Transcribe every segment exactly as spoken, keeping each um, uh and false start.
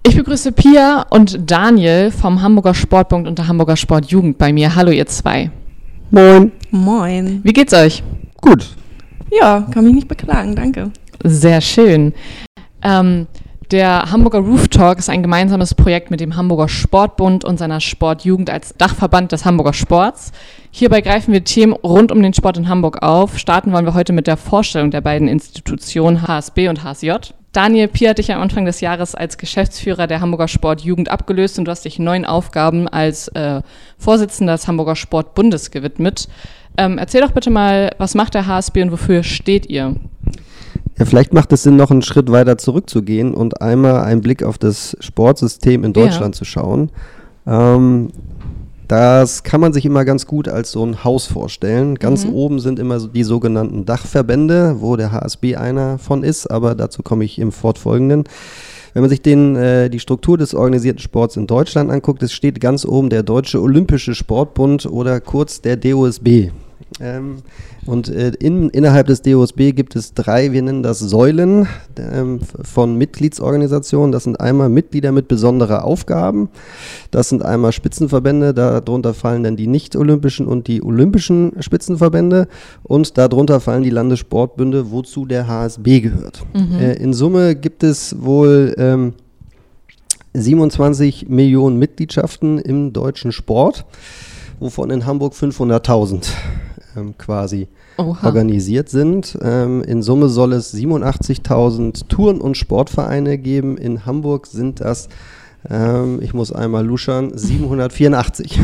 Ich begrüße Pia und Daniel vom Hamburger Sportbund und der Hamburger Sportjugend bei mir. Hallo ihr zwei. Moin. Moin. Wie geht's euch? Gut. Ja, kann mich nicht beklagen, danke. Sehr schön. Ähm, der Hamburger Roof Talk ist ein gemeinsames Projekt mit dem Hamburger Sportbund und seiner Sportjugend als Dachverband des Hamburger Sports. Hierbei greifen wir Themen rund um den Sport in Hamburg auf. Starten wollen wir heute mit der Vorstellung der beiden Institutionen H S B und H S J. Daniel, Pia hat dich am Anfang des Jahres als Geschäftsführer der Hamburger Sportjugend abgelöst und du hast dich neuen Aufgaben als äh, Vorsitzender des Hamburger Sportbundes gewidmet. Ähm, erzähl doch bitte mal, was macht der H S B und wofür steht ihr? Ja, vielleicht macht es Sinn, noch einen Schritt weiter zurückzugehen und einmal einen Blick auf das Sportsystem in Deutschland ja. zu schauen. Ähm, das kann man sich immer ganz gut als so ein Haus vorstellen. Ganz mhm. oben sind immer so die sogenannten Dachverbände, wo der H S B einer von ist, aber dazu komme ich im Fortfolgenden. Wenn man sich den, äh, die Struktur des organisierten Sports in Deutschland anguckt, es steht ganz oben der Deutsche Olympische Sportbund oder kurz der D O S B. Ähm, und äh, in, innerhalb des D O S B gibt es drei, wir nennen das Säulen ähm, von Mitgliedsorganisationen. Das sind einmal Mitglieder mit besonderer Aufgaben, das sind einmal Spitzenverbände, darunter fallen dann die nicht-olympischen und die olympischen Spitzenverbände und darunter fallen die Landessportbünde, wozu der H S B gehört. Mhm. Äh, in Summe gibt es wohl ähm, siebenundzwanzig Millionen Mitgliedschaften im deutschen Sport, wovon in Hamburg fünfhunderttausend ähm, quasi Oha. organisiert sind. Ähm, in Summe soll es siebenundachtzigtausend Touren- und Sportvereine geben. In Hamburg sind das, ähm, ich muss einmal luschern, siebenhundertvierundachtzig.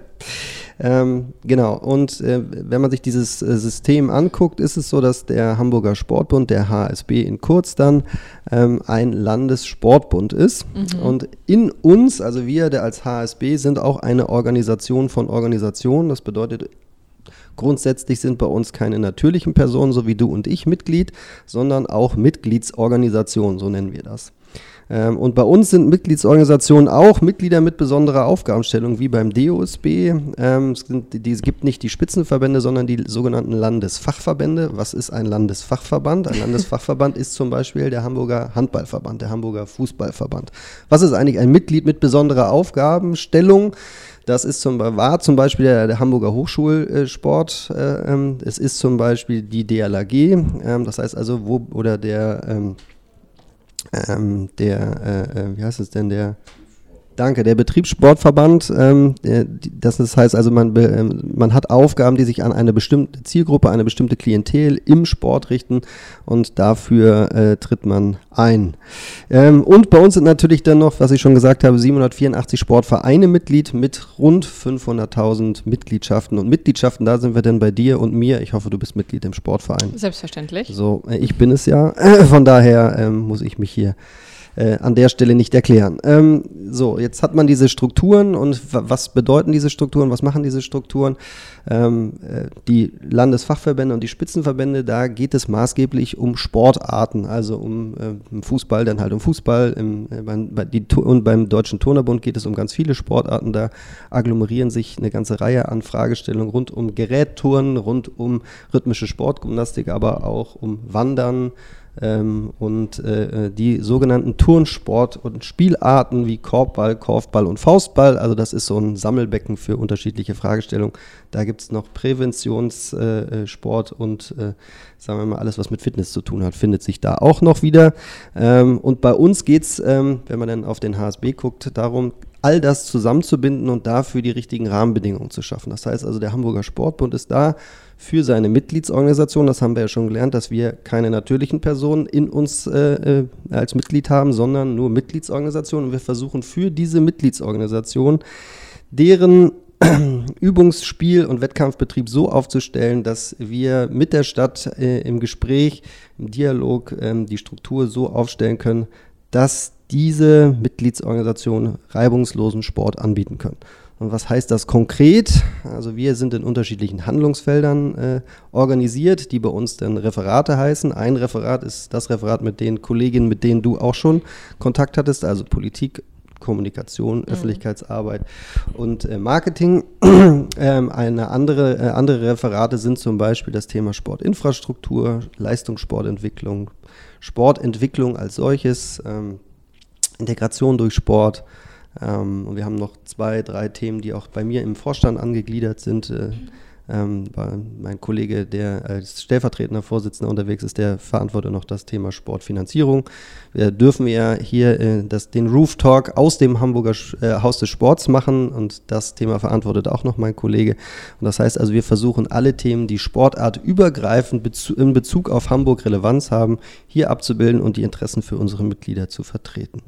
Ähm, genau, und äh, wenn man sich dieses äh, System anguckt, ist es so, dass der Hamburger Sportbund, der H S B in kurz dann, ähm, ein Landessportbund ist. Mhm. Und in uns, also wir, der als H S B, sind auch eine Organisation von Organisationen. Das bedeutet, grundsätzlich sind bei uns keine natürlichen Personen, so wie du und ich, Mitglied, sondern auch Mitgliedsorganisationen, so nennen wir das. Ähm, und bei uns sind Mitgliedsorganisationen auch Mitglieder mit besonderer Aufgabenstellung, wie beim D O S B. Ähm, es, sind, die, es gibt nicht die Spitzenverbände, sondern die sogenannten Landesfachverbände. Was ist ein Landesfachverband? Ein Landesfachverband ist zum Beispiel der Hamburger Handballverband, der Hamburger Fußballverband. Was ist eigentlich ein Mitglied mit besonderer Aufgabenstellung? Das ist zum, war zum Beispiel der, der Hamburger Hochschulsport. Äh, ähm, es ist zum Beispiel die D L A G. Ähm, das heißt also, wo, oder der... Ähm, Ähm, der, äh, wie heißt es denn, der, danke, der Betriebssportverband, ähm, der, das heißt also, man, be, ähm, man hat Aufgaben, die sich an eine bestimmte Zielgruppe, eine bestimmte Klientel im Sport richten und dafür äh, tritt man ein. Ähm, und bei uns sind natürlich dann noch, was ich schon gesagt habe, siebenhundertvierundachtzig Sportvereine Mitglied mit rund fünfhunderttausend Mitgliedschaften und Mitgliedschaften, da sind wir dann bei dir und mir. Ich hoffe, du bist Mitglied im Sportverein. Selbstverständlich. So, äh, ich bin es ja, von daher ähm, muss ich mich hier Äh, an der Stelle nicht erklären. Ähm, so, jetzt hat man diese Strukturen und w- was bedeuten diese Strukturen, was machen diese Strukturen? Ähm, äh, die Landesfachverbände und die Spitzenverbände, da geht es maßgeblich um Sportarten, also um äh, Fußball, dann halt um Fußball, im, äh, beim, bei die, und beim Deutschen Turnerbund geht es um ganz viele Sportarten, da agglomerieren sich eine ganze Reihe an Fragestellungen rund um Gerätturnen, rund um rhythmische Sportgymnastik, aber auch um Wandern, Ähm, und äh, die sogenannten Turnsport- und Spielarten wie Korbball, Korfball und Faustball, also das ist so ein Sammelbecken für unterschiedliche Fragestellungen. Da gibt es noch Präventionssport äh, und äh, sagen wir mal alles, was mit Fitness zu tun hat, findet sich da auch noch wieder. Ähm, und bei uns geht es, ähm, wenn man dann auf den H S B guckt, darum, all das zusammenzubinden und dafür die richtigen Rahmenbedingungen zu schaffen. Das heißt also, der Hamburger Sportbund ist da für seine Mitgliedsorganisation. Das haben wir ja schon gelernt, dass wir keine natürlichen Personen in uns äh, als Mitglied haben, sondern nur Mitgliedsorganisationen. Und wir versuchen für diese Mitgliedsorganisation deren Übungs-, Spiel- und Wettkampfbetrieb so aufzustellen, dass wir mit der Stadt äh, im Gespräch, im Dialog äh, die Struktur so aufstellen können, dass diese Mitgliedsorganisationen reibungslosen Sport anbieten können. Und was heißt das konkret? Also wir sind in unterschiedlichen Handlungsfeldern äh, organisiert, die bei uns dann Referate heißen. Ein Referat ist das Referat mit den Kolleginnen, mit denen du auch schon Kontakt hattest, also Politik, Kommunikation, mhm. Öffentlichkeitsarbeit und äh, Marketing. ähm, eine andere, äh, andere Referate sind zum Beispiel das Thema Sportinfrastruktur, Leistungssportentwicklung, Sportentwicklung als solches, ähm, Integration durch Sport. Ähm, und wir haben noch zwei, drei Themen, die auch bei mir im Vorstand angegliedert sind. Äh, ähm, mein Kollege, der als stellvertretender Vorsitzender unterwegs ist, der verantwortet noch das Thema Sportfinanzierung. Wir dürfen ja hier äh, das, den Roof Talk aus dem Hamburger äh, Haus des Sports machen und das Thema verantwortet auch noch mein Kollege. Und das heißt also, wir versuchen alle Themen, die sportartübergreifend bezu- in Bezug auf Hamburg Relevanz haben, hier abzubilden und die Interessen für unsere Mitglieder zu vertreten.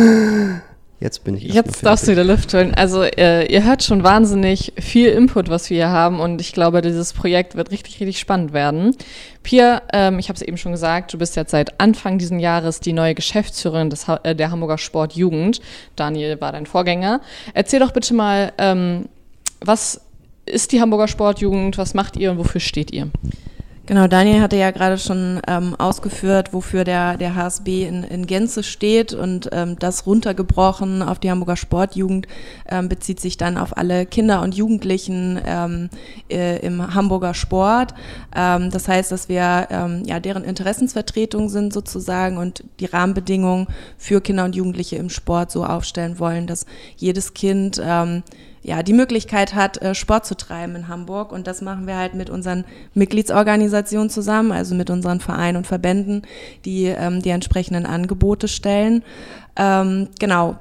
Jetzt bin ich Jetzt darfst du wieder Luft holen. Also äh, ihr hört schon wahnsinnig viel Input, was wir hier haben und ich glaube, dieses Projekt wird richtig, richtig spannend werden. Pia, ähm, ich habe es eben schon gesagt, du bist jetzt seit Anfang dieses Jahres die neue Geschäftsführerin des, äh, der Hamburger Sportjugend. Daniel war dein Vorgänger. Erzähl doch bitte mal, ähm, was ist die Hamburger Sportjugend, was macht ihr und wofür steht ihr? Genau, Daniel hatte ja gerade schon ähm, ausgeführt, wofür der, der H S B in, in Gänze steht und ähm, das runtergebrochen auf die Hamburger Sportjugend ähm, bezieht sich dann auf alle Kinder und Jugendlichen ähm, äh, im Hamburger Sport. Ähm, das heißt, dass wir ähm, ja deren Interessensvertretung sind sozusagen und die Rahmenbedingungen für Kinder und Jugendliche im Sport so aufstellen wollen, dass jedes Kind ähm, ja, die Möglichkeit hat, Sport zu treiben in Hamburg und das machen wir halt mit unseren Mitgliedsorganisationen zusammen, also mit unseren Vereinen und Verbänden, die ähm, die entsprechenden Angebote stellen. Ähm, genau.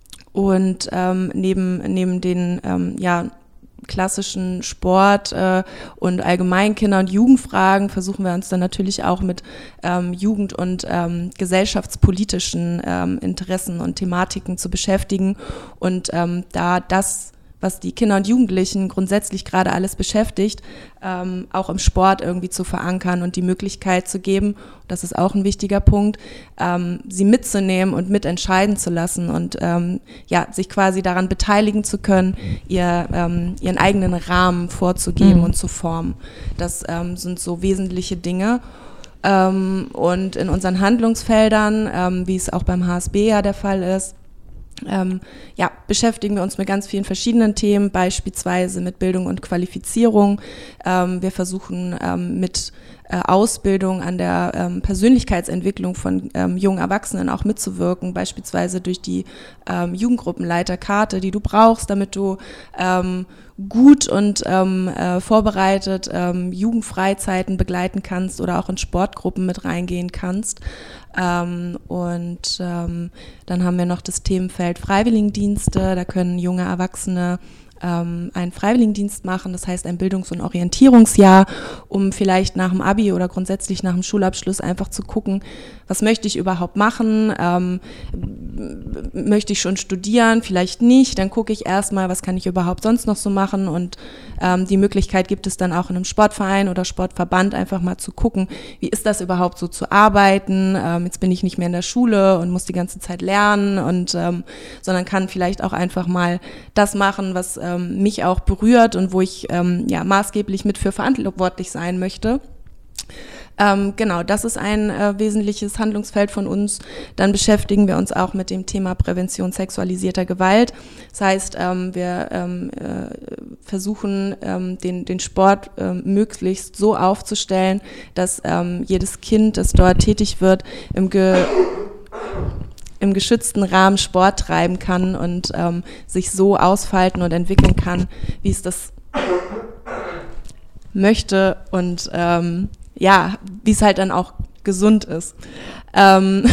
Und ähm, neben, neben den ähm, ja, klassischen Sport äh, und allgemein Kinder- und Jugendfragen versuchen wir uns dann natürlich auch mit ähm, Jugend- und ähm, gesellschaftspolitischen ähm, Interessen und Thematiken zu beschäftigen und ähm, da das, was die Kinder und Jugendlichen grundsätzlich gerade alles beschäftigt, ähm, auch im Sport irgendwie zu verankern und die Möglichkeit zu geben, das ist auch ein wichtiger Punkt, ähm, sie mitzunehmen und mitentscheiden zu lassen und ähm, ja, sich quasi daran beteiligen zu können, ihr, ähm, ihren eigenen Rahmen vorzugeben mhm. und zu formen. Das ähm, sind so wesentliche Dinge. Ähm, und in unseren Handlungsfeldern, ähm, wie es auch beim H S B ja der Fall ist, Ähm, ja, beschäftigen wir uns mit ganz vielen verschiedenen Themen, beispielsweise mit Bildung und Qualifizierung. Ähm, wir versuchen ähm, mit äh, Ausbildung an der ähm, Persönlichkeitsentwicklung von ähm, jungen Erwachsenen auch mitzuwirken, beispielsweise durch die ähm, Jugendgruppenleiterkarte, die du brauchst, damit du ähm, gut und ähm, äh, vorbereitet ähm, Jugendfreizeiten begleiten kannst oder auch in Sportgruppen mit reingehen kannst. Ähm, und ähm, dann haben wir noch das Themenfeld Freiwilligendienste. Da können junge Erwachsene ähm, einen Freiwilligendienst machen, das heißt ein Bildungs- und Orientierungsjahr, um vielleicht nach dem Abi oder grundsätzlich nach dem Schulabschluss einfach zu gucken, was möchte ich überhaupt machen, ähm, möchte ich schon studieren, vielleicht nicht, dann gucke ich erstmal, was kann ich überhaupt sonst noch so machen und ähm, die Möglichkeit gibt es dann auch in einem Sportverein oder Sportverband einfach mal zu gucken, wie ist das überhaupt so zu arbeiten, ähm, jetzt bin ich nicht mehr in der Schule und muss die ganze Zeit lernen und ähm, sondern kann vielleicht auch einfach mal das machen, was ähm, mich auch berührt und wo ich ähm, ja maßgeblich mit für verantwortlich sein möchte. Ähm, genau, das ist ein äh, wesentliches Handlungsfeld von uns. Dann beschäftigen wir uns auch mit dem Thema Prävention sexualisierter Gewalt. Das heißt, ähm, wir ähm, äh, versuchen, ähm, den, den Sport ähm, möglichst so aufzustellen, dass ähm, jedes Kind, das dort tätig wird, im Ge im geschützten Rahmen Sport treiben kann und ähm, sich so ausfalten und entwickeln kann, wie es das möchte und ähm, ja, wie es halt dann auch gesund ist. Ähm,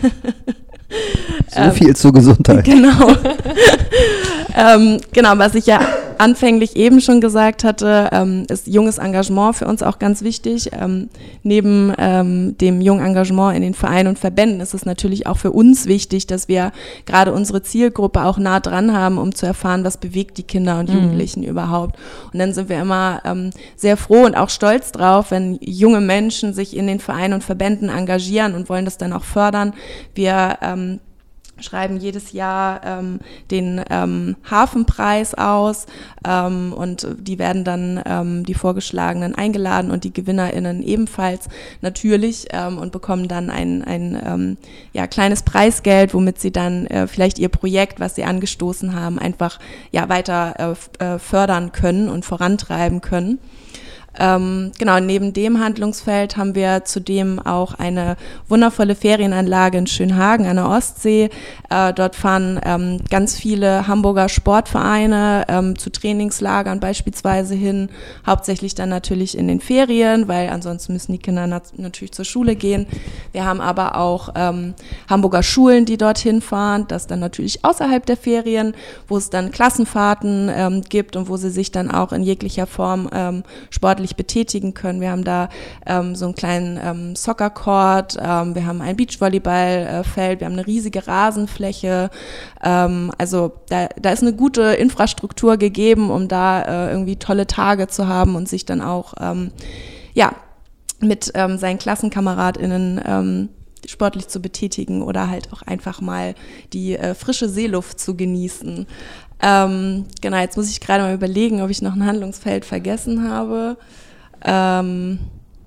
so viel ähm, zur Gesundheit. Genau. ähm, genau, was ich ja anfänglich eben schon gesagt hatte, ähm, ist junges Engagement für uns auch ganz wichtig. Ähm, neben ähm, dem jungen Engagement in den Vereinen und Verbänden ist es natürlich auch für uns wichtig, dass wir gerade unsere Zielgruppe auch nah dran haben, um zu erfahren, was bewegt die Kinder und Jugendlichen mhm. überhaupt. Und dann sind wir immer ähm, sehr froh und auch stolz drauf, wenn junge Menschen sich in den Vereinen und Verbänden engagieren und wollen das dann auch fördern. Wir ähm, schreiben jedes Jahr ähm, den ähm, Hafenpreis aus ähm, und die werden dann ähm, die Vorgeschlagenen eingeladen und die GewinnerInnen ebenfalls natürlich ähm, und bekommen dann ein, ein ähm, ja, kleines Preisgeld, womit sie dann äh, vielleicht ihr Projekt, was sie angestoßen haben, einfach ja, weiter äh, fördern können und vorantreiben können. Ähm, genau, neben dem Handlungsfeld haben wir zudem auch eine wundervolle Ferienanlage in Schönhagen an der Ostsee. Äh, dort fahren ähm, ganz viele Hamburger Sportvereine ähm, zu Trainingslagern beispielsweise hin, hauptsächlich dann natürlich in den Ferien, weil ansonsten müssen die Kinder nat- natürlich zur Schule gehen. Wir haben aber auch ähm, Hamburger Schulen, die dorthin fahren, das dann natürlich außerhalb der Ferien, wo es dann Klassenfahrten ähm, gibt und wo sie sich dann auch in jeglicher Form ähm, sportlich betätigen können. Wir haben da ähm, so einen kleinen ähm, Soccer-Court, ähm, wir haben ein Beachvolleyballfeld, wir haben eine riesige Rasenfläche. Ähm, also da, da ist eine gute Infrastruktur gegeben, um da äh, irgendwie tolle Tage zu haben und sich dann auch ähm, ja, mit ähm, seinen KlassenkameradInnen ähm, sportlich zu betätigen oder halt auch einfach mal die äh, frische Seeluft zu genießen. Ähm, genau, jetzt muss ich gerade mal überlegen, ob ich noch ein Handlungsfeld vergessen habe. Ähm,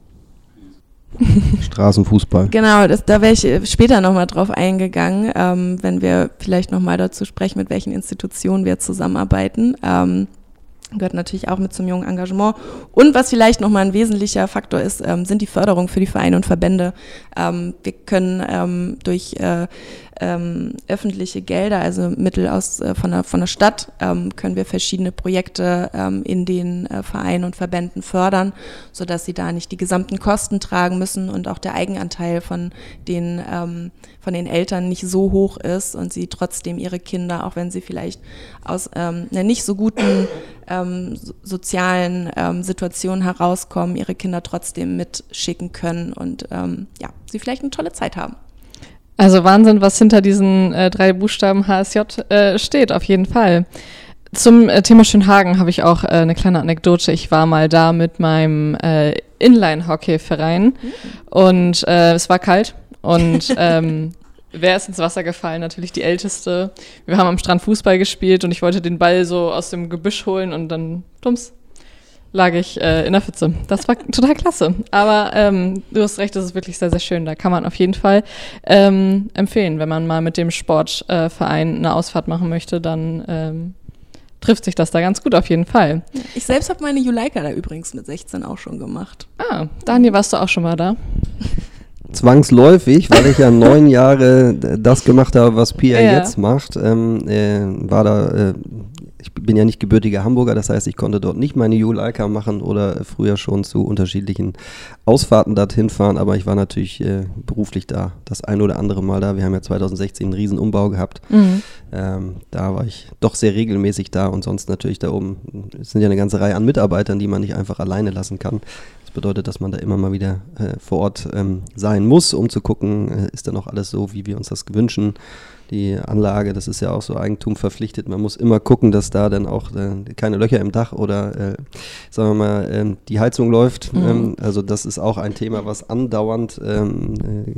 Straßenfußball. Genau, das, da wäre ich später nochmal drauf eingegangen, ähm, wenn wir vielleicht nochmal dazu sprechen, mit welchen Institutionen wir zusammenarbeiten. Ähm, gehört natürlich auch mit zum jungen Engagement. Und was vielleicht nochmal ein wesentlicher Faktor ist, ähm, sind die Förderungen für die Vereine und Verbände. Ähm, wir können ähm, durch äh, ähm, öffentliche Gelder, also Mittel aus äh, von, der, von der Stadt, ähm, können wir verschiedene Projekte ähm, in den äh, Vereinen und Verbänden fördern, sodass sie da nicht die gesamten Kosten tragen müssen und auch der Eigenanteil von den, ähm, von den Eltern nicht so hoch ist und sie trotzdem ihre Kinder, auch wenn sie vielleicht aus ähm, einer nicht so guten ähm, so, sozialen ähm, Situationen herauskommen, ihre Kinder trotzdem mitschicken können und ähm, ja, sie vielleicht eine tolle Zeit haben. Also Wahnsinn, was hinter diesen äh, drei Buchstaben H S J äh, steht, auf jeden Fall. Zum äh, Thema Schönhagen habe ich auch äh, eine kleine Anekdote. Ich war mal da mit meinem äh, Inline-Hockey-Verein mhm. und äh, es war kalt und ähm, wer ist ins Wasser gefallen? Natürlich die Älteste. Wir haben am Strand Fußball gespielt und ich wollte den Ball so aus dem Gebüsch holen und dann, plumps, lag ich äh, in der Pfütze. Das war total klasse. Aber ähm, du hast recht, das ist wirklich sehr, sehr schön. Da kann man auf jeden Fall ähm, empfehlen, wenn man mal mit dem Sportverein äh, eine Ausfahrt machen möchte, dann ähm, trifft sich das da ganz gut auf jeden Fall. Ich selbst habe meine Juleika da übrigens mit sechzehn auch schon gemacht. Ah, Daniel, warst du auch schon mal da? Zwangsläufig, weil ich ja neun Jahre das gemacht habe, was Pia ja. jetzt macht, ähm, äh, war da, äh, ich bin ja nicht gebürtiger Hamburger, das heißt, ich konnte dort nicht meine Juleika machen oder früher schon zu unterschiedlichen Ausfahrten dorthin fahren, aber ich war natürlich äh, beruflich da, das ein oder andere Mal da. Wir haben ja zweitausendsechzehn einen riesen Umbau gehabt. Mhm. Ähm, da war ich doch sehr regelmäßig da und sonst natürlich da oben, es sind ja eine ganze Reihe an Mitarbeitern, die man nicht einfach alleine lassen kann. Das bedeutet, dass man da immer mal wieder äh, vor Ort ähm, sein muss, um zu gucken, äh, ist da noch alles so, wie wir uns das wünschen. Die Anlage, das ist ja auch so Eigentum verpflichtet. Man muss immer gucken, dass da dann auch äh, keine Löcher im Dach oder, äh, sagen wir mal, ähm, die Heizung läuft. Mhm. Ähm, also das ist auch ein Thema, was andauernd ähm,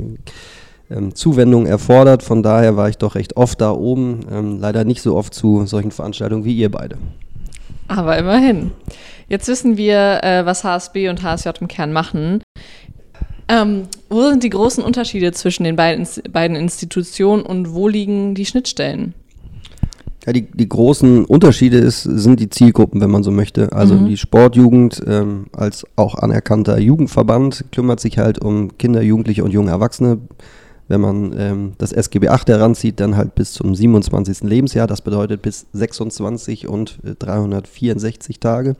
äh, ähm, Zuwendung erfordert. Von daher war ich doch recht oft da oben. Ähm, leider nicht so oft zu solchen Veranstaltungen wie ihr beide. Aber immerhin. Jetzt wissen wir, äh, was H S B und H S J im Kern machen. Ähm, wo sind die großen Unterschiede zwischen den beiden, beiden Institutionen und wo liegen die Schnittstellen? Ja, die, die großen Unterschiede ist, sind die Zielgruppen, wenn man so möchte. Also mhm. die Sportjugend ähm, als auch anerkannter Jugendverband kümmert sich halt um Kinder, Jugendliche und junge Erwachsene. Wenn man ähm, das S G B acht heranzieht, dann halt bis zum siebenundzwanzigsten Lebensjahr. Das bedeutet bis sechsundzwanzig und äh, dreihundertvierundsechzig Tage.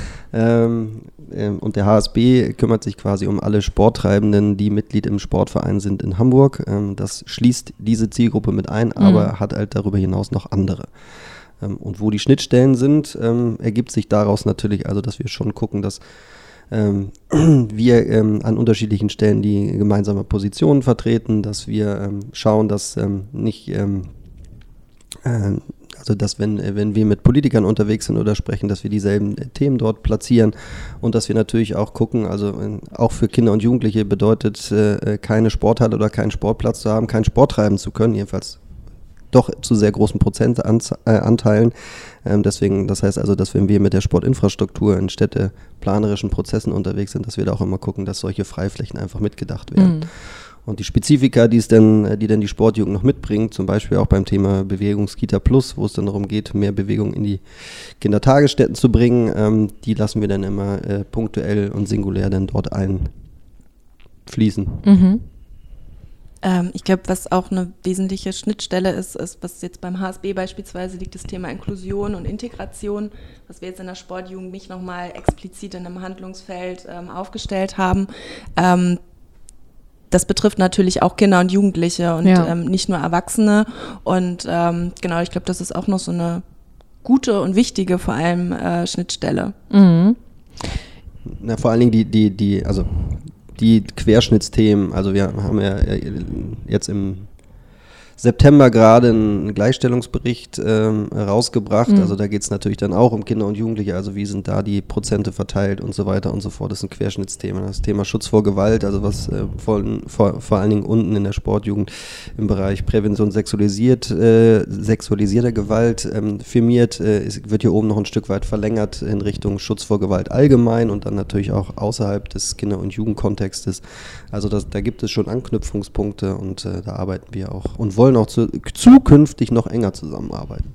ähm, ähm, und der H S B kümmert sich quasi um alle Sporttreibenden, die Mitglied im Sportverein sind in Hamburg. Ähm, das schließt diese Zielgruppe mit ein, aber mhm. hat halt darüber hinaus noch andere. Ähm, und wo die Schnittstellen sind, ähm, ergibt sich daraus natürlich, also dass wir schon gucken, dass Ähm, wir ähm, an unterschiedlichen Stellen die gemeinsame Positionen vertreten, dass wir ähm, schauen, dass ähm, nicht, ähm, äh, also dass wenn, wenn wir mit Politikern unterwegs sind oder sprechen, dass wir dieselben äh, Themen dort platzieren und dass wir natürlich auch gucken, also äh, auch für Kinder und Jugendliche bedeutet äh, keine Sporthalle oder keinen Sportplatz zu haben, keinen Sport treiben zu können, jedenfalls doch zu sehr großen Prozentanteilen. Ähm, deswegen, das heißt also, dass wenn wir mit der Sportinfrastruktur in städteplanerischen Prozessen unterwegs sind, dass wir da auch immer gucken, dass solche Freiflächen einfach mitgedacht werden. Mhm. Und die Spezifika, die es denn, die denn die Sportjugend noch mitbringt, zum Beispiel auch beim Thema Bewegungskita Plus, wo es dann darum geht, mehr Bewegung in die Kindertagesstätten zu bringen, ähm, die lassen wir dann immer äh, punktuell und singulär dann dort einfließen. Mhm. Ähm, ich glaube, was auch eine wesentliche Schnittstelle ist, ist, was jetzt beim H S B beispielsweise liegt, das Thema Inklusion und Integration, was wir jetzt in der Sportjugend nicht nochmal explizit in einem Handlungsfeld ähm, aufgestellt haben. Ähm, Das betrifft natürlich auch Kinder und Jugendliche und ja. ähm, nicht nur Erwachsene. Und ähm, genau, ich glaube, das ist auch noch so eine gute und wichtige vor allem äh, Schnittstelle. Mhm. Na, vor allen Dingen die, die, die, also die Querschnittsthemen. Also wir haben ja jetzt im September gerade einen Gleichstellungsbericht ähm, rausgebracht. Mhm. Also da geht es natürlich dann auch um Kinder und Jugendliche. Also wie sind da die Prozente verteilt und so weiter und so fort. Das ist ein Querschnittsthema. Das Thema Schutz vor Gewalt, also was äh, vor, vor, vor allen Dingen unten in der Sportjugend im Bereich Prävention sexualisiert, äh, sexualisierter Gewalt ähm, firmiert, äh, ist, wird hier oben noch ein Stück weit verlängert in Richtung Schutz vor Gewalt allgemein und dann natürlich auch außerhalb des Kinder- und Jugendkontextes. Also das, da gibt es schon Anknüpfungspunkte und äh, da arbeiten wir auch und wollen auch zu, zukünftig noch enger zusammenarbeiten.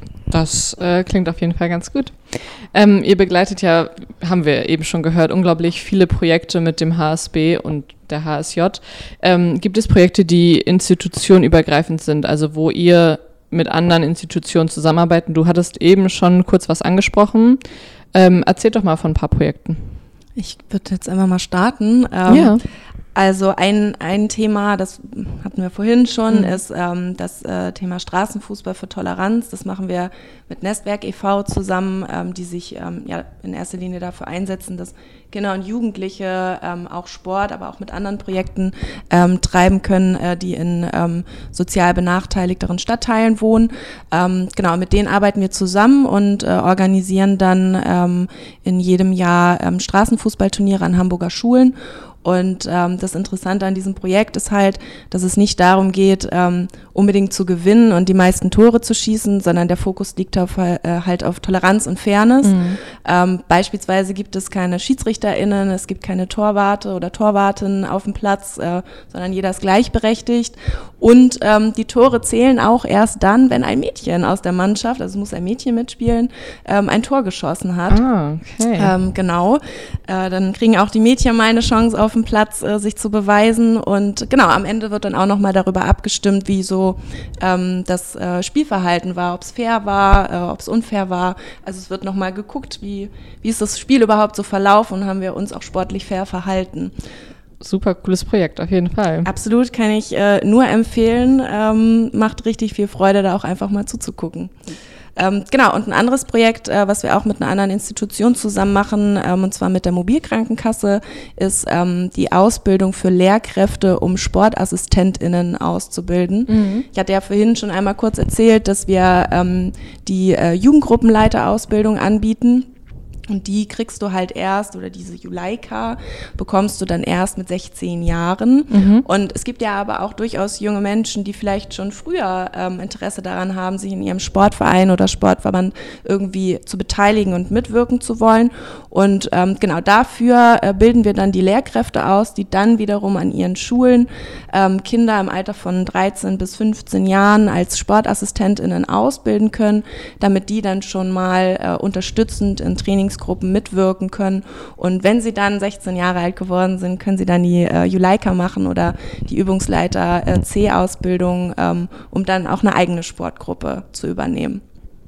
Das äh, klingt auf jeden Fall ganz gut. Ähm, ihr begleitet ja, haben wir eben schon gehört, unglaublich viele Projekte mit dem H S B und der H S J. Ähm, gibt es Projekte, die institutionenübergreifend sind, also wo ihr mit anderen Institutionen zusammenarbeiten? Du hattest eben schon kurz was angesprochen. Ähm, erzähl doch mal von ein paar Projekten. Ich würde jetzt einfach mal starten. Ähm, ja. Also ein, ein Thema, das hatten wir vorhin schon, mhm. ist ähm, das äh, Thema Straßenfußball für Toleranz. Das machen wir mit Nestwerk e V zusammen, ähm, die sich ähm, ja in erster Linie dafür einsetzen, dass Kinder und Jugendliche ähm, auch Sport, aber auch mit anderen Projekten ähm, treiben können, äh, die in ähm, sozial benachteiligteren Stadtteilen wohnen. Ähm, genau, mit denen arbeiten wir zusammen und äh, organisieren dann ähm, in jedem Jahr ähm, Straßenfußballturniere an Hamburger Schulen. Und ähm, das Interessante an diesem Projekt ist halt, dass es nicht darum geht, ähm, unbedingt zu gewinnen und die meisten Tore zu schießen, sondern der Fokus liegt auf, äh, halt auf Toleranz und Fairness. Mhm. Ähm, beispielsweise gibt es keine SchiedsrichterInnen, es gibt keine Torwarte oder Torwartin auf dem Platz, äh, sondern jeder ist gleichberechtigt. Und ähm, die Tore zählen auch erst dann, wenn ein Mädchen aus der Mannschaft, also es muss ein Mädchen mitspielen, ähm, ein Tor geschossen hat. Ah, okay. Ähm, genau. Äh, dann kriegen auch die Mädchen mal eine Chance auf dem Platz, äh, sich zu beweisen. Und genau, am Ende wird dann auch nochmal darüber abgestimmt, wie so ähm, das äh, Spielverhalten war, ob es fair war, äh, ob es unfair war. Also es wird nochmal geguckt, wie, wie ist das Spiel überhaupt so verlaufen und haben wir uns auch sportlich fair verhalten. Super cooles Projekt, auf jeden Fall. Absolut, kann ich äh, nur empfehlen. Ähm, macht richtig viel Freude, da auch einfach mal zuzugucken. Ähm, genau, und ein anderes Projekt, äh, was wir auch mit einer anderen Institution zusammen machen, ähm, und zwar mit der Mobilkrankenkasse, ist ähm, die Ausbildung für Lehrkräfte, um SportassistentInnen auszubilden. Mhm. Ich hatte ja vorhin schon einmal kurz erzählt, dass wir ähm, die äh, Jugendgruppenleiterausbildung anbieten. Und die kriegst du halt erst, oder diese Juleika bekommst du dann erst mit sechzehn Jahren. Mhm. Und es gibt ja aber auch durchaus junge Menschen, die vielleicht schon früher ähm, Interesse daran haben, sich in ihrem Sportverein oder Sportverband irgendwie zu beteiligen und mitwirken zu wollen. Und ähm, genau dafür äh, bilden wir dann die Lehrkräfte aus, die dann wiederum an ihren Schulen ähm, Kinder im Alter von dreizehn bis fünfzehn Jahren als SportassistentInnen ausbilden können, damit die dann schon mal äh, unterstützend in Trainings Gruppen mitwirken können und wenn sie dann sechzehn Jahre alt geworden sind, können sie dann die äh, Juleika machen oder die Übungsleiter äh, C-Ausbildung, ähm, um dann auch eine eigene Sportgruppe zu übernehmen.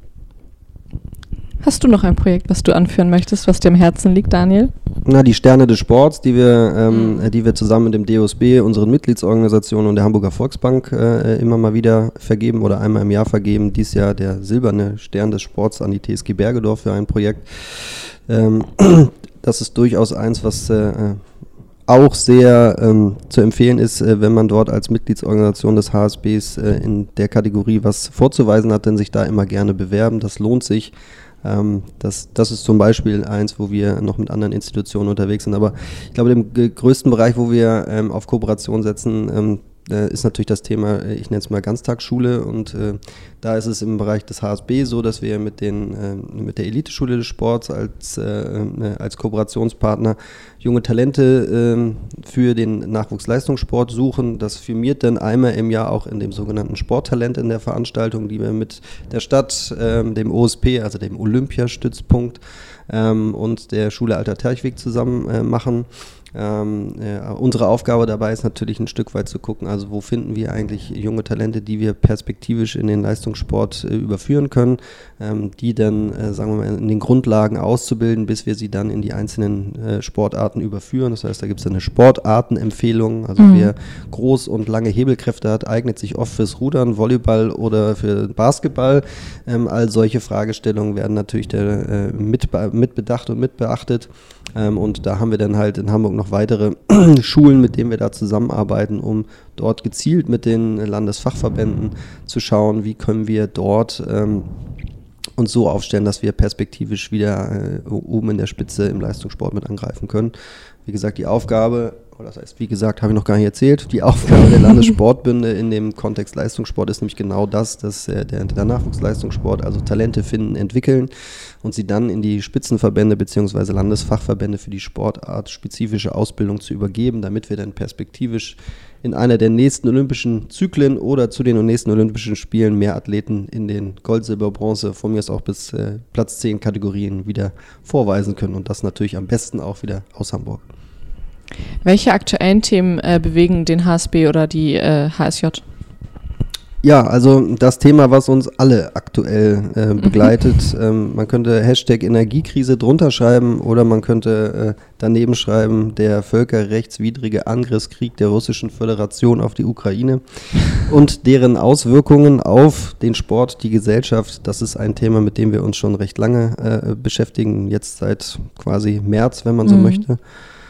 Hast du noch ein Projekt, was du anführen möchtest, was dir am Herzen liegt, Daniel? Na, die Sterne des Sports, die wir, ähm, mhm. die wir zusammen mit dem D O S B, unseren Mitgliedsorganisationen und der Hamburger Volksbank äh, immer mal wieder vergeben oder einmal im Jahr vergeben. Dies Jahr der silberne Stern des Sports an die T S G Bergedorf für ein Projekt. Ähm, das ist durchaus eins, was äh, auch sehr ähm, zu empfehlen ist, äh, wenn man dort als Mitgliedsorganisation des H S Bs äh, in der Kategorie was vorzuweisen hat, denn sich da immer gerne bewerben. Das lohnt sich. Ähm, das, das ist zum Beispiel eins, wo wir noch mit anderen Institutionen unterwegs sind. Aber ich glaube, im g- größten Bereich, wo wir ähm, auf Kooperation setzen, ähm, äh, ist natürlich das Thema, ich nenne es mal Ganztagsschule, und äh, da ist es im Bereich des H S B so, dass wir mit, den, äh, mit der Eliteschule des Sports als, äh, als Kooperationspartner junge Talente äh, für den Nachwuchsleistungssport suchen. Das firmiert dann einmal im Jahr auch in dem sogenannten Sporttalent in der Veranstaltung, die wir mit der Stadt, äh, dem O S P, also dem Olympiastützpunkt ähm, und der Schule Alter Terchweg zusammen äh, machen. Ähm, äh, unsere Aufgabe dabei ist natürlich ein Stück weit zu gucken, also wo finden wir eigentlich junge Talente, die wir perspektivisch in den Leistungssport äh, überführen können, ähm, die dann, äh, sagen wir mal, in den Grundlagen auszubilden, bis wir sie dann in die einzelnen äh, Sportarten überführen. Das heißt, da gibt es eine Sportartenempfehlung, also mhm. wer groß und lange Hebelkräfte hat, eignet sich oft fürs Rudern, Volleyball oder für Basketball. Ähm, all solche Fragestellungen werden natürlich der, äh, mit, mitbedacht und mitbeachtet. Ähm, und da haben wir dann halt in Hamburg noch weitere Schulen, mit denen wir da zusammenarbeiten, um dort gezielt mit den Landesfachverbänden zu schauen, wie können wir dort ähm, uns so aufstellen, dass wir perspektivisch wieder äh, oben in der Spitze im Leistungssport mit angreifen können. Wie gesagt, die Aufgabe, oder das heißt, wie gesagt, habe ich noch gar nicht erzählt, die Aufgabe der Landessportbünde in dem Kontext Leistungssport ist nämlich genau das, dass äh, der, der Nachwuchsleistungssport, also Talente finden, entwickeln und sie dann in die Spitzenverbände bzw. Landesfachverbände für die Sportart spezifische Ausbildung zu übergeben, damit wir dann perspektivisch in einer der nächsten olympischen Zyklen oder zu den nächsten Olympischen Spielen mehr Athleten in den Gold, Silber, Bronze, von mir aus auch bis äh, Platz zehn Kategorien wieder vorweisen können, und das natürlich am besten auch wieder aus Hamburg. Welche aktuellen Themen äh, bewegen den H S B oder die äh, H S J? Ja, also das Thema, was uns alle aktuell äh, begleitet, mhm. ähm, man könnte Hashtag Energiekrise drunter schreiben oder man könnte äh, daneben schreiben, der völkerrechtswidrige Angriffskrieg der Russischen Föderation auf die Ukraine und deren Auswirkungen auf den Sport, die Gesellschaft. Das ist ein Thema, mit dem wir uns schon recht lange äh, beschäftigen, jetzt seit quasi März, wenn man so mhm. möchte.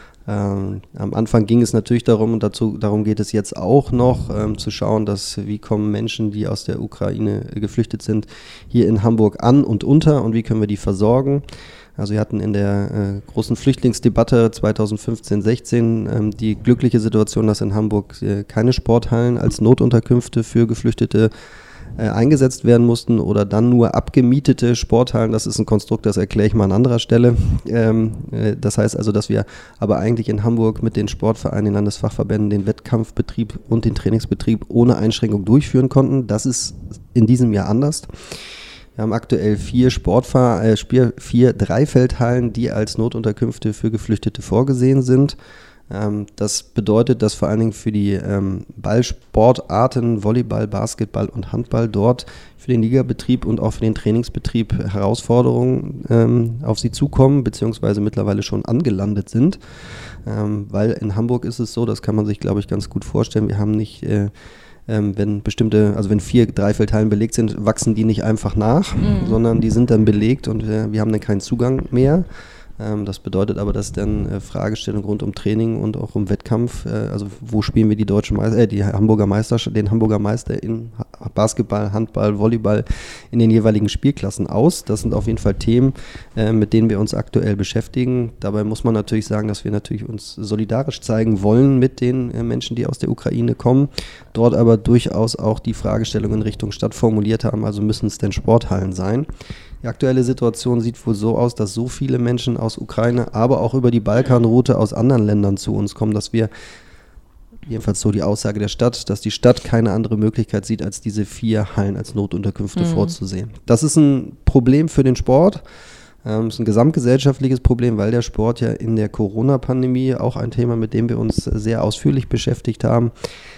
Ähm, am Anfang ging es natürlich darum, und dazu, darum geht es jetzt auch noch, ähm, zu schauen, dass wie kommen Menschen, die aus der Ukraine äh, geflüchtet sind, hier in Hamburg an und unter, und wie können wir die versorgen. Also wir hatten in der äh, großen Flüchtlingsdebatte zweitausendfünfzehn sechzehn ähm, die glückliche Situation, dass in Hamburg äh, keine Sporthallen als Notunterkünfte für Geflüchtete eingesetzt werden mussten oder dann nur abgemietete Sporthallen. Das ist ein Konstrukt, das erkläre ich mal an anderer Stelle. Ähm, äh, das heißt also, dass wir aber eigentlich in Hamburg mit den Sportvereinen, den Landesfachverbänden, den Wettkampfbetrieb und den Trainingsbetrieb ohne Einschränkung durchführen konnten. Das ist in diesem Jahr anders. Wir haben aktuell vier Sportfahr- äh, vier Dreifeldhallen, die als Notunterkünfte für Geflüchtete vorgesehen sind. Ähm, das bedeutet, dass vor allen Dingen für die ähm, Ballsportarten, Volleyball, Basketball und Handball dort für den Ligabetrieb und auch für den Trainingsbetrieb Herausforderungen ähm, auf sie zukommen, beziehungsweise mittlerweile schon angelandet sind. Ähm, weil in Hamburg ist es so, das kann man sich, glaube ich, ganz gut vorstellen, wir haben nicht... Äh, Ähm, wenn bestimmte, also wenn vier Dreifeldhallen belegt sind, wachsen die nicht einfach nach, mhm. sondern die sind dann belegt und wir, wir haben dann keinen Zugang mehr. Ähm, das bedeutet aber, dass dann äh, Fragestellungen rund um Training und auch um Wettkampf, äh, also wo spielen wir die deutsche Meister, äh, die Hamburger Meister, den Hamburger Meister in Basketball, Handball, Volleyball in den jeweiligen Spielklassen aus. Das sind auf jeden Fall Themen, äh, mit denen wir uns aktuell beschäftigen. Dabei muss man natürlich sagen, dass wir natürlich uns solidarisch zeigen wollen mit den äh, Menschen, die aus der Ukraine kommen, dort aber durchaus auch die Fragestellung in Richtung Stadt formuliert haben, also müssen es denn Sporthallen sein. Die aktuelle Situation sieht wohl so aus, dass so viele Menschen aus Ukraine, aber auch über die Balkanroute aus anderen Ländern zu uns kommen, dass wir, jedenfalls so die Aussage der Stadt, dass die Stadt keine andere Möglichkeit sieht, als diese vier Hallen als Notunterkünfte mhm. vorzusehen. Das ist ein Problem für den Sport. Das ist ein gesamtgesellschaftliches Problem, weil der Sport ja in der Corona-Pandemie auch ein Thema, mit dem wir uns sehr ausführlich beschäftigt haben,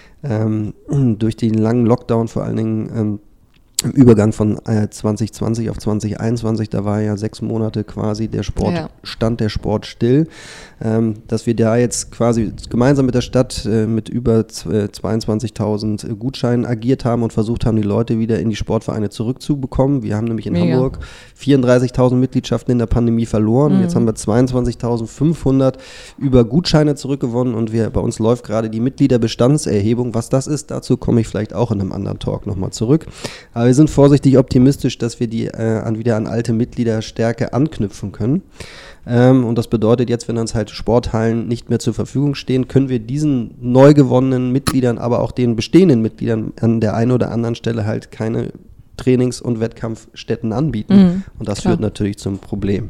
ähm, durch den langen Lockdown vor allen Dingen ähm, im Übergang von äh, zwanzig zwanzig auf zwanzig einundzwanzig, da war ja sechs Monate quasi der Sport, ja. stand der Sport still, ähm, dass wir da jetzt quasi gemeinsam mit der Stadt äh, mit über zweiundzwanzigtausend Gutscheinen agiert haben und versucht haben, die Leute wieder in die Sportvereine zurückzubekommen. Wir haben nämlich in Mega. Hamburg vierunddreißigtausend Mitgliedschaften in der Pandemie verloren. Mhm. Jetzt haben wir zweiundzwanzigtausendfünfhundert über Gutscheine zurückgewonnen und wir, bei uns läuft gerade die Mitgliederbestandserhebung. Was das ist, dazu komme ich vielleicht auch in einem anderen Talk nochmal zurück. Aber wir sind vorsichtig optimistisch, dass wir die äh, an, wieder an alte Mitgliederstärke anknüpfen können. Ähm, und das bedeutet jetzt, wenn uns halt Sporthallen nicht mehr zur Verfügung stehen, können wir diesen neu gewonnenen Mitgliedern, aber auch den bestehenden Mitgliedern an der einen oder anderen Stelle halt keine Trainings- und Wettkampfstätten anbieten. Mhm, und das klar. Führt natürlich zum Problem.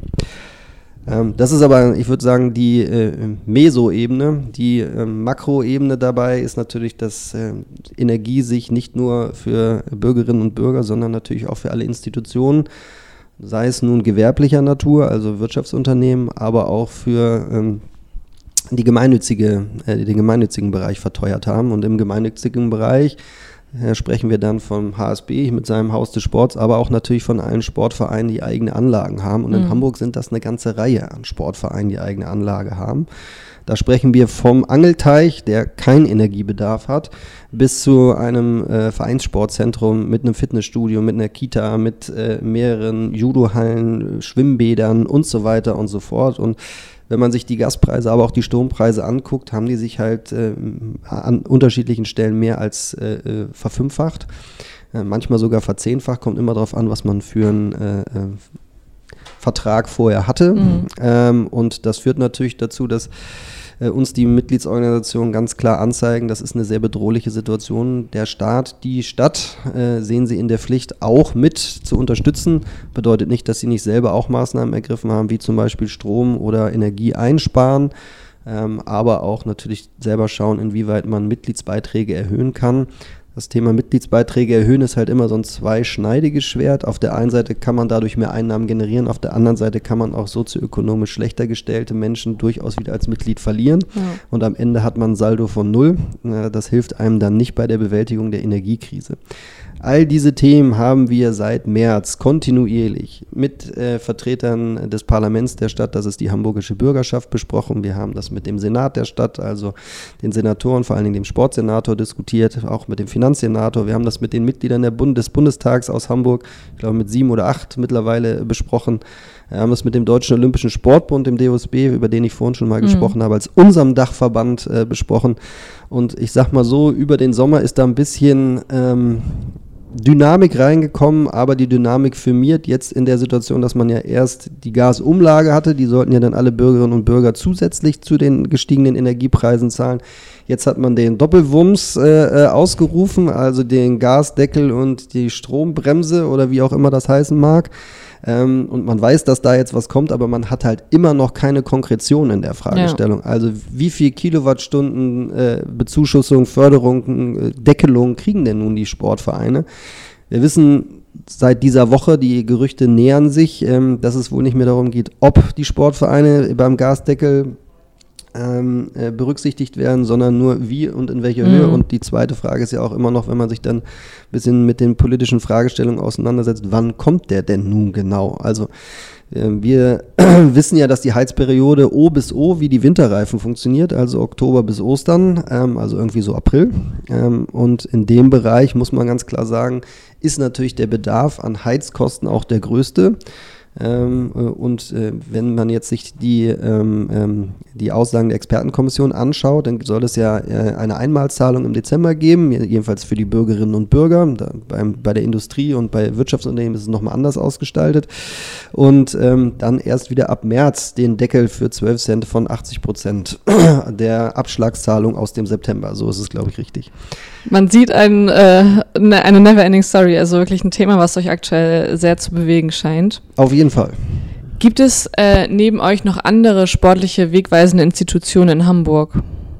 Ähm, das ist aber, ich würde sagen, die äh, Meso-Ebene. Die äh, Makroebene dabei ist natürlich, dass äh, Energie sich nicht nur für Bürgerinnen und Bürger, sondern natürlich auch für alle Institutionen, sei es nun gewerblicher Natur, also Wirtschaftsunternehmen, aber auch für ähm, die gemeinnützige, äh, den gemeinnützigen Bereich verteuert haben. Und im gemeinnützigen Bereich äh, sprechen wir dann vom H S B mit seinem Haus des Sports, aber auch natürlich von allen Sportvereinen, die eigene Anlagen haben. Und mhm. in Hamburg sind das eine ganze Reihe an Sportvereinen, die eigene Anlage haben. Da sprechen wir vom Angelteich, der keinen Energiebedarf hat, bis zu einem äh, Vereinssportzentrum mit einem Fitnessstudio, mit einer Kita, mit äh, mehreren Judohallen, Schwimmbädern und so weiter und so fort. Und wenn man sich die Gaspreise, aber auch die Strompreise anguckt, haben die sich halt äh, an unterschiedlichen Stellen mehr als äh, verfünffacht, äh, manchmal sogar verzehnfacht, kommt immer darauf an, was man für einen äh, Vertrag vorher hatte. Mhm. Ähm, und das führt natürlich dazu, dass äh, uns die Mitgliedsorganisationen ganz klar anzeigen, das ist eine sehr bedrohliche Situation. Der Staat, die Stadt äh, sehen sie in der Pflicht, auch mit zu unterstützen. Bedeutet nicht, dass sie nicht selber auch Maßnahmen ergriffen haben, wie zum Beispiel Strom oder Energie einsparen, ähm, aber auch natürlich selber schauen, inwieweit man Mitgliedsbeiträge erhöhen kann. Das Thema Mitgliedsbeiträge erhöhen ist halt immer so ein zweischneidiges Schwert. Auf der einen Seite kann man dadurch mehr Einnahmen generieren, auf der anderen Seite kann man auch sozioökonomisch schlechter gestellte Menschen durchaus wieder als Mitglied verlieren. Ja. Und am Ende hat man ein Saldo von null. Das hilft einem dann nicht bei der Bewältigung der Energiekrise. All diese Themen haben wir seit März kontinuierlich mit äh, Vertretern des Parlaments der Stadt, das ist die hamburgische Bürgerschaft, besprochen. Wir haben das mit dem Senat der Stadt, also den Senatoren, vor allen Dingen dem Sportsenator diskutiert, auch mit dem Finanzsenator. Wir haben das mit den Mitgliedern der Bund- des Bundestags aus Hamburg, ich glaube mit sieben oder acht mittlerweile besprochen. Wir haben das mit dem Deutschen Olympischen Sportbund, dem D O S B, über den ich vorhin schon mal mhm. gesprochen habe, als unserem Dachverband äh, besprochen. Und ich sag mal so, über den Sommer ist da ein bisschen ähm, Dynamik reingekommen, aber die Dynamik firmiert jetzt in der Situation, dass man ja erst die Gasumlage hatte, die sollten ja dann alle Bürgerinnen und Bürger zusätzlich zu den gestiegenen Energiepreisen zahlen. Jetzt hat man den Doppelwumms äh, ausgerufen, also den Gasdeckel und die Strombremse oder wie auch immer das heißen mag. Ähm, und man weiß, dass da jetzt was kommt, aber man hat halt immer noch keine Konkretion in der Fragestellung. Ja. Also wie viel Kilowattstunden äh, Bezuschussung, Förderung, äh, Deckelung kriegen denn nun die Sportvereine? Wir wissen seit dieser Woche, die Gerüchte nähern sich, ähm, dass es wohl nicht mehr darum geht, ob die Sportvereine beim Gasdeckel Ähm, äh, berücksichtigt werden, sondern nur wie und in welcher mhm. Höhe. Und die zweite Frage ist ja auch immer noch, wenn man sich dann ein bisschen mit den politischen Fragestellungen auseinandersetzt, wann kommt der denn nun genau? Also äh, wir wissen ja, dass die Heizperiode O bis O wie die Winterreifen funktioniert, also Oktober bis Ostern, ähm, also irgendwie so April. Ähm, und in dem Bereich muss man ganz klar sagen, ist natürlich der Bedarf an Heizkosten auch der größte. Ähm, und äh, wenn man jetzt sich die, ähm, ähm, die Aussagen der Expertenkommission anschaut, dann soll es ja äh, eine Einmalzahlung im Dezember geben, jedenfalls für die Bürgerinnen und Bürger. Da, beim, bei der Industrie und bei Wirtschaftsunternehmen ist es nochmal anders ausgestaltet. Und ähm, dann erst wieder ab März den Deckel für zwölf Cent von achtzig Prozent der Abschlagszahlung aus dem September. So ist es, glaube ich, richtig. Man sieht ein, äh, eine Never-Ending Story, also wirklich ein Thema, was euch aktuell sehr zu bewegen scheint. Auf jeden Fall. Gibt es äh, neben euch noch andere sportliche wegweisende Institutionen in Hamburg?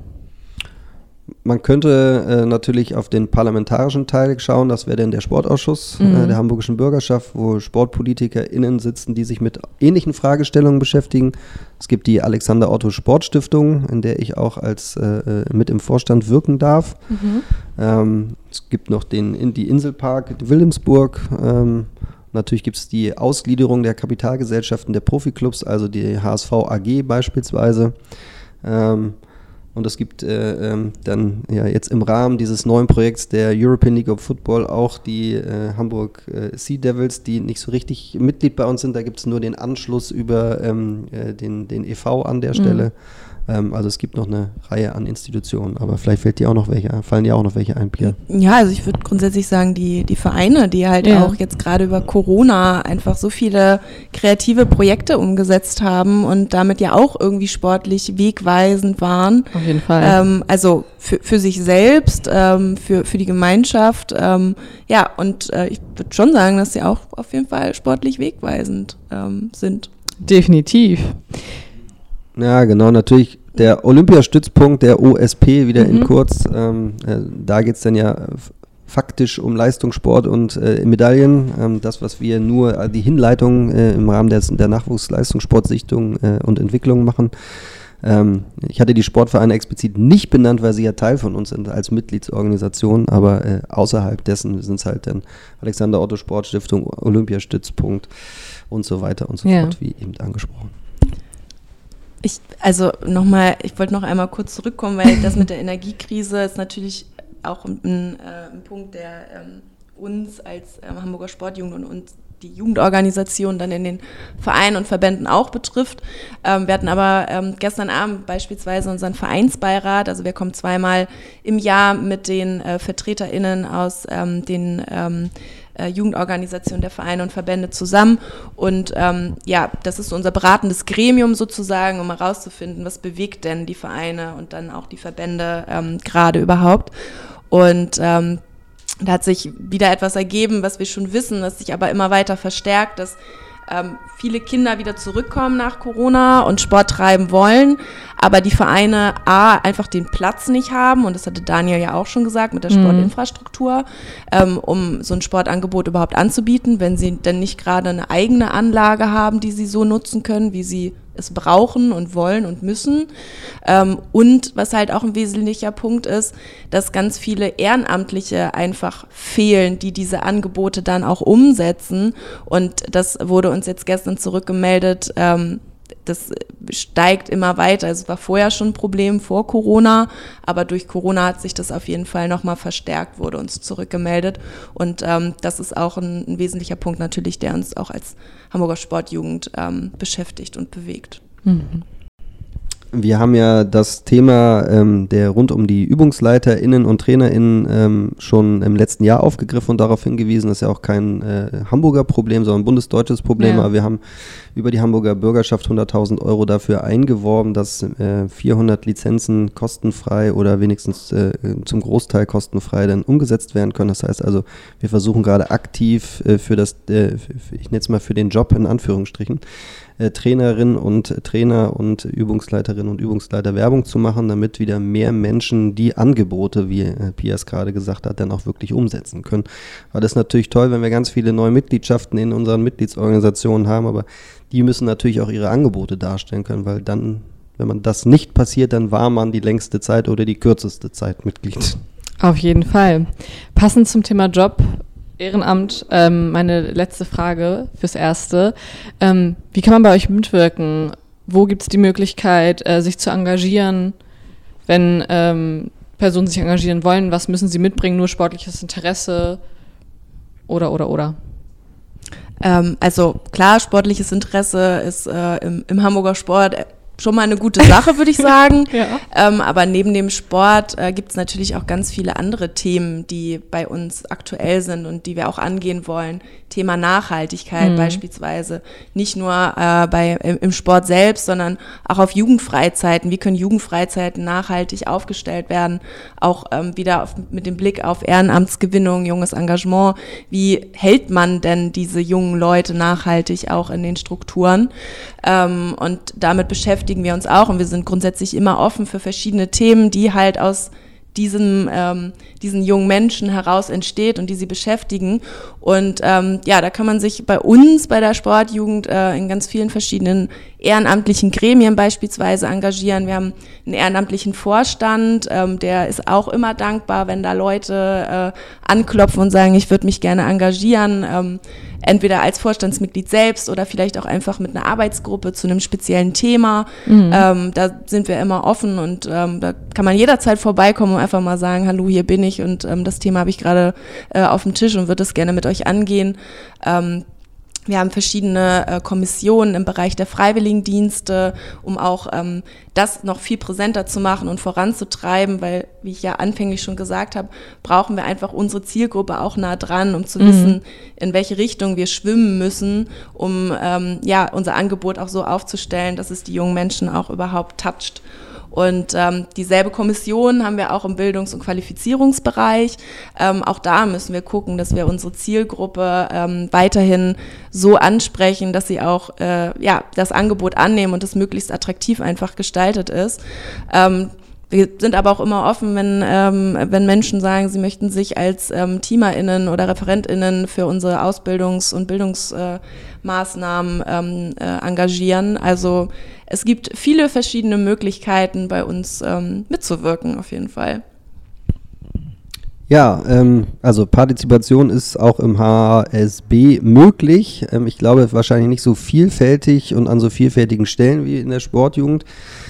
Man könnte äh, natürlich auf den parlamentarischen Teil schauen, das wäre dann der Sportausschuss mhm. äh, der hamburgischen Bürgerschaft, wo SportpolitikerInnen sitzen, die sich mit ähnlichen Fragestellungen beschäftigen. Es gibt die Alexander Otto Sportstiftung, in der ich auch als äh, mit im Vorstand wirken darf. Mhm. Ähm, es gibt noch den in die Inselpark Wilhelmsburg. Ähm, Natürlich gibt es die Ausgliederung der Kapitalgesellschaften der Profiklubs, also die H S V A G beispielsweise. Ähm, und es gibt äh, ähm, dann ja jetzt im Rahmen dieses neuen Projekts der European League of Football auch die äh, Hamburg äh, Sea Devils, die nicht so richtig Mitglied bei uns sind. Da gibt es nur den Anschluss über ähm, äh, den, den E V an der Stelle. Ähm, also es gibt noch eine Reihe an Institutionen, aber vielleicht fällt dir auch noch welche, fallen dir auch noch welche ein, Pia? Ja, also ich würde grundsätzlich sagen, die, die Vereine, die halt ja. auch jetzt gerade über Corona einfach so viele kreative Projekte umgesetzt haben und damit ja auch irgendwie sportlich wegweisend waren. Auf jeden Fall. Ähm, also für, für sich selbst, ähm, für, für die Gemeinschaft. Ähm, ja, und äh, ich würde schon sagen, dass sie auch auf jeden Fall sportlich wegweisend ähm, sind. Definitiv. Ja, genau, natürlich der Olympiastützpunkt, der O S P, wieder mhm. in kurz, ähm, äh, da geht es dann ja f- faktisch um Leistungssport und äh, Medaillen. Ähm, das, was wir nur, äh, die Hinleitung äh, im Rahmen des, der Nachwuchsleistungssportsichtung äh, und Entwicklung machen. Ähm, ich hatte die Sportvereine explizit nicht benannt, weil sie ja Teil von uns sind als Mitgliedsorganisation, aber äh, außerhalb dessen sind es halt dann Alexander Otto Sportstiftung, Olympiastützpunkt und so weiter und so ja. fort, wie eben angesprochen. Ich, also nochmal, ich wollte noch einmal kurz zurückkommen, weil das mit der Energiekrise ist natürlich auch ein, äh, ein Punkt, der ähm, uns als ähm, Hamburger Sportjugend und uns die Jugendorganisation dann in den Vereinen und Verbänden auch betrifft. Ähm, wir hatten aber ähm, gestern Abend beispielsweise unseren Vereinsbeirat, also wir kommen zweimal im Jahr mit den äh, VertreterInnen aus ähm, den ähm, äh, Jugendorganisationen der Vereine und Verbände zusammen und ähm, ja, das ist unser beratendes Gremium sozusagen, um herauszufinden, was bewegt denn die Vereine und dann auch die Verbände ähm, gerade überhaupt und ähm, da hat sich wieder etwas ergeben, was wir schon wissen, was sich aber immer weiter verstärkt, dass ähm, viele Kinder wieder zurückkommen nach Corona und Sport treiben wollen, aber die Vereine A, einfach den Platz nicht haben, und das hatte Daniel ja auch schon gesagt, mit der Sportinfrastruktur, ähm, um so ein Sportangebot überhaupt anzubieten, wenn sie denn nicht gerade eine eigene Anlage haben, die sie so nutzen können, wie sie es brauchen und wollen und müssen. Ähm, und was halt auch ein wesentlicher Punkt ist, dass ganz viele Ehrenamtliche einfach fehlen, die diese Angebote dann auch umsetzen. Und das wurde uns jetzt gestern zurückgemeldet, ähm, das steigt immer weiter. Also es war vorher schon ein Problem vor Corona, aber durch Corona hat sich das auf jeden Fall nochmal verstärkt, wurde uns zurückgemeldet. Und ähm, das ist auch ein, ein wesentlicher Punkt natürlich, der uns auch als Hamburger Sportjugend ähm, beschäftigt und bewegt. Mhm. Wir haben ja das Thema ähm, der rund um die ÜbungsleiterInnen und TrainerInnen ähm, schon im letzten Jahr aufgegriffen und darauf hingewiesen, das ist ja auch kein äh, Hamburger Problem, sondern ein bundesdeutsches Problem, ja. Aber wir haben über die Hamburger Bürgerschaft hunderttausend Euro dafür eingeworben, dass äh, vierhundert Lizenzen kostenfrei oder wenigstens äh, zum Großteil kostenfrei dann umgesetzt werden können. Das heißt also, wir versuchen gerade aktiv äh, für das, äh, für, ich nenne es mal für den Job in Anführungsstrichen, äh, Trainerinnen und Trainer und Übungsleiterinnen und Übungsleiter Werbung zu machen, damit wieder mehr Menschen die Angebote, wie äh, Pia es gerade gesagt hat, dann auch wirklich umsetzen können. Aber das ist natürlich toll, wenn wir ganz viele neue Mitgliedschaften in unseren Mitgliedsorganisationen haben, aber die müssen natürlich auch ihre Angebote darstellen können, weil dann, wenn man das nicht passiert, dann war man die längste Zeit oder die kürzeste Zeit Mitglied. Auf jeden Fall. Passend zum Thema Job, Ehrenamt, ähm, meine letzte Frage fürs Erste. Ähm, wie kann man bei euch mitwirken? Wo gibt es die Möglichkeit, äh, sich zu engagieren, wenn ähm, Personen sich engagieren wollen? Was müssen sie mitbringen? Nur sportliches Interesse oder, oder, oder? Ähm, also klar, sportliches Interesse ist äh, im, im Hamburger Sport schon mal eine gute Sache, würde ich sagen. Ja. Ähm, aber neben dem Sport äh, gibt es natürlich auch ganz viele andere Themen, die bei uns aktuell sind und die wir auch angehen wollen. Thema Nachhaltigkeit mhm. beispielsweise. Nicht nur äh, bei, im, im Sport selbst, sondern auch auf Jugendfreizeiten. Wie können Jugendfreizeiten nachhaltig aufgestellt werden? Auch ähm, wieder auf, mit dem Blick auf Ehrenamtsgewinnung, junges Engagement. Wie hält man denn diese jungen Leute nachhaltig auch in den Strukturen? Ähm, und damit beschäftigen wir uns auch, und wir sind grundsätzlich immer offen für verschiedene Themen, die halt aus diesem, ähm, diesen jungen Menschen heraus entsteht und die sie beschäftigen. Und ähm, ja, da kann man sich bei uns, bei der Sportjugend, äh, in ganz vielen verschiedenen ehrenamtlichen Gremien beispielsweise engagieren. Wir haben einen ehrenamtlichen Vorstand, ähm, der ist auch immer dankbar, wenn da Leute äh, anklopfen und sagen, ich würde mich gerne engagieren, ähm, entweder als Vorstandsmitglied selbst oder vielleicht auch einfach mit einer Arbeitsgruppe zu einem speziellen Thema. Mhm. Ähm, da sind wir immer offen und ähm, da kann man jederzeit vorbeikommen und einfach mal sagen, hallo, hier bin ich und ähm, das Thema habe ich gerade äh, auf dem Tisch und würde das gerne mit euch angehen. Ähm, Wir haben verschiedene äh, Kommissionen im Bereich der Freiwilligendienste, um auch ähm, das noch viel präsenter zu machen und voranzutreiben, weil, wie ich ja anfänglich schon gesagt habe, brauchen wir einfach unsere Zielgruppe auch nah dran, um zu mhm. wissen, in welche Richtung wir schwimmen müssen, um ähm, ja, unser Angebot auch so aufzustellen, dass es die jungen Menschen auch überhaupt toucht. Und ähm, dieselbe Kommission haben wir auch im Bildungs- und Qualifizierungsbereich. Ähm, auch da müssen wir gucken, dass wir unsere Zielgruppe ähm, weiterhin so ansprechen, dass sie auch äh, ja, das Angebot annehmen und es möglichst attraktiv einfach gestaltet ist. Ähm, Wir sind aber auch immer offen, wenn, ähm, wenn Menschen sagen, sie möchten sich als ähm, TeamerInnen oder ReferentInnen für unsere Ausbildungs- und Bildungsmaßnahmen äh, ähm, äh, engagieren. Also es gibt viele verschiedene Möglichkeiten, bei uns ähm, mitzuwirken, auf jeden Fall. Ja, ähm, also Partizipation ist auch im H S B möglich. Ähm, ich glaube wahrscheinlich nicht so vielfältig und an so vielfältigen Stellen wie in der Sportjugend.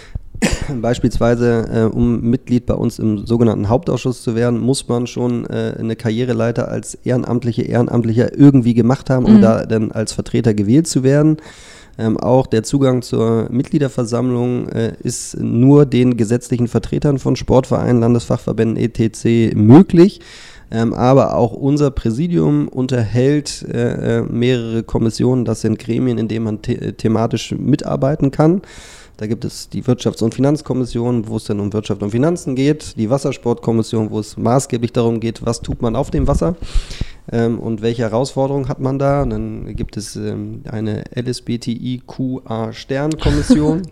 Beispielsweise, äh, um Mitglied bei uns im sogenannten Hauptausschuss zu werden, muss man schon äh, eine Karriereleiter als Ehrenamtliche, Ehrenamtlicher irgendwie gemacht haben, um mhm. da dann als Vertreter gewählt zu werden. Ähm, auch der Zugang zur Mitgliederversammlung äh, ist nur den gesetzlichen Vertretern von Sportvereinen, Landesfachverbänden et cetera möglich. Ähm, aber auch unser Präsidium unterhält äh, mehrere Kommissionen. Das sind Gremien, in denen man the- thematisch mitarbeiten kann. Da gibt es die Wirtschafts- und Finanzkommission, wo es dann um Wirtschaft und Finanzen geht, die Wassersportkommission, wo es maßgeblich darum geht, was tut man auf dem Wasser ähm, und welche Herausforderungen hat man da. Und dann gibt es ähm, eine L S B T I Q A-Stern-Kommission,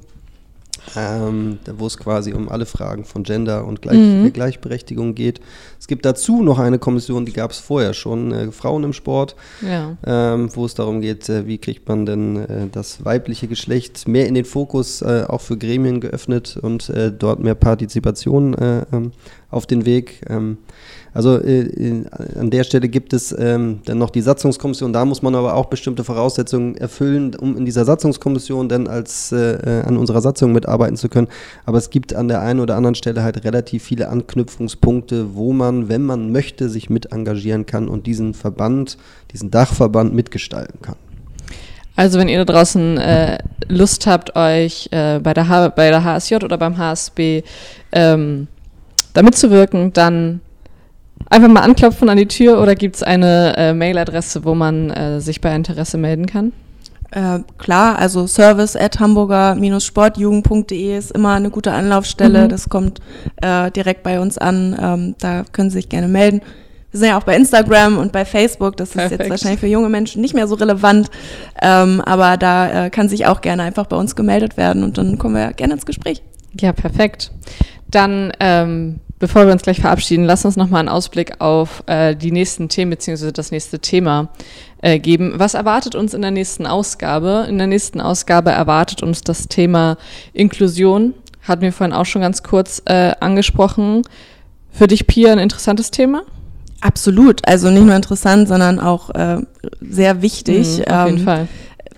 ähm, wo es quasi um alle Fragen von Gender und Gleich- mhm. Gleichberechtigung geht. Es gibt dazu noch eine Kommission, die gab es vorher schon, äh, Frauen im Sport, ja. ähm, wo es darum geht, äh, wie kriegt man denn äh, das weibliche Geschlecht mehr in den Fokus, äh, auch für Gremien geöffnet und äh, dort mehr Partizipation äh, ähm, auf den Weg. Ähm, also äh, in, an der Stelle gibt es ähm, dann noch die Satzungskommission, da muss man aber auch bestimmte Voraussetzungen erfüllen, um in dieser Satzungskommission dann als äh, an unserer Satzung mitarbeiten zu können. Aber es gibt an der einen oder anderen Stelle halt relativ viele Anknüpfungspunkte, wo man, wenn man möchte, sich mit engagieren kann und diesen Verband, diesen Dachverband mitgestalten kann. Also wenn ihr da draußen äh, Lust habt, euch äh, bei der H- bei der H S J oder beim H S B ähm, da mitzuwirken, dann einfach mal anklopfen an die Tür oder gibt es eine äh, Mailadresse, wo man äh, sich bei Interesse melden kann? Äh, klar, also service at hamburger Sportjugend punkt de ist immer eine gute Anlaufstelle. Mhm. Das kommt äh, direkt bei uns an. Ähm, da können Sie sich gerne melden. Wir sind ja auch bei Instagram und bei Facebook. Das Perfekt. Ist jetzt wahrscheinlich für junge Menschen nicht mehr so relevant. Ähm, aber da äh, kann sich auch gerne einfach bei uns gemeldet werden und dann kommen wir gerne ins Gespräch. Ja, perfekt. Dann, ähm, bevor wir uns gleich verabschieden, lass uns nochmal einen Ausblick auf äh, die nächsten Themen bzw. das nächste Thema äh, geben. Was erwartet uns in der nächsten Ausgabe? In der nächsten Ausgabe erwartet uns das Thema Inklusion. Hatten wir vorhin auch schon ganz kurz äh, angesprochen. Für dich, Pia, ein interessantes Thema? Absolut. Also nicht nur interessant, sondern auch äh, sehr wichtig. Mhm, auf jeden ähm, Fall.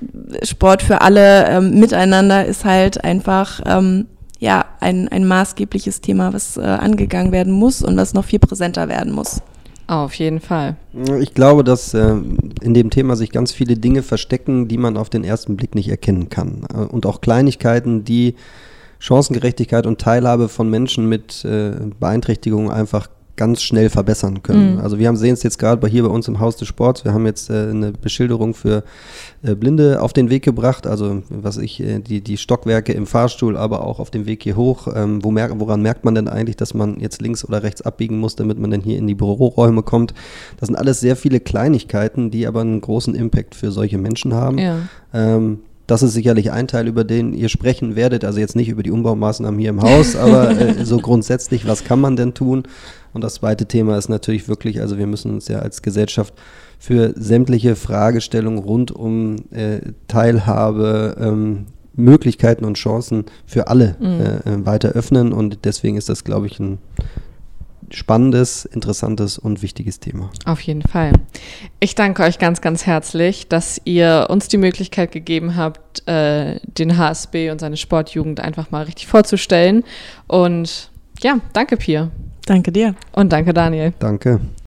Sport für alle ähm, miteinander ist halt einfach ähm, ja, ein, ein maßgebliches Thema, was äh, angegangen werden muss und was noch viel präsenter werden muss. Auf jeden Fall. Ich glaube, dass äh, in dem Thema sich ganz viele Dinge verstecken, die man auf den ersten Blick nicht erkennen kann. Äh, und auch Kleinigkeiten, die Chancengerechtigkeit und Teilhabe von Menschen mit äh, Beeinträchtigungen einfach ganz schnell verbessern können. Mhm. Also wir haben sehen es jetzt gerade bei hier bei uns im Haus des Sports, wir haben jetzt äh, eine Beschilderung für äh, Blinde auf den Weg gebracht, also was ich, äh, die, die Stockwerke im Fahrstuhl, aber auch auf dem Weg hier hoch. Ähm, wo mer- woran merkt man denn eigentlich, dass man jetzt links oder rechts abbiegen muss, damit man denn hier in die Büroräume kommt? Das sind alles sehr viele Kleinigkeiten, die aber einen großen Impact für solche Menschen haben. Ja. Ähm, Das ist sicherlich ein Teil, über den ihr sprechen werdet, also jetzt nicht über die Umbaumaßnahmen hier im Haus, aber äh, so grundsätzlich, was kann man denn tun? Und das zweite Thema ist natürlich wirklich, also wir müssen uns ja als Gesellschaft für sämtliche Fragestellungen rund um äh, Teilhabe, ähm, Möglichkeiten und Chancen für alle mhm. äh, weiter öffnen und deswegen ist das, glaube ich, ein spannendes, interessantes und wichtiges Thema. Auf jeden Fall. Ich danke euch ganz, ganz herzlich, dass ihr uns die Möglichkeit gegeben habt, äh, den H S B und seine Sportjugend einfach mal richtig vorzustellen. Und ja, danke Pia. Danke dir. Und danke Daniel. Danke.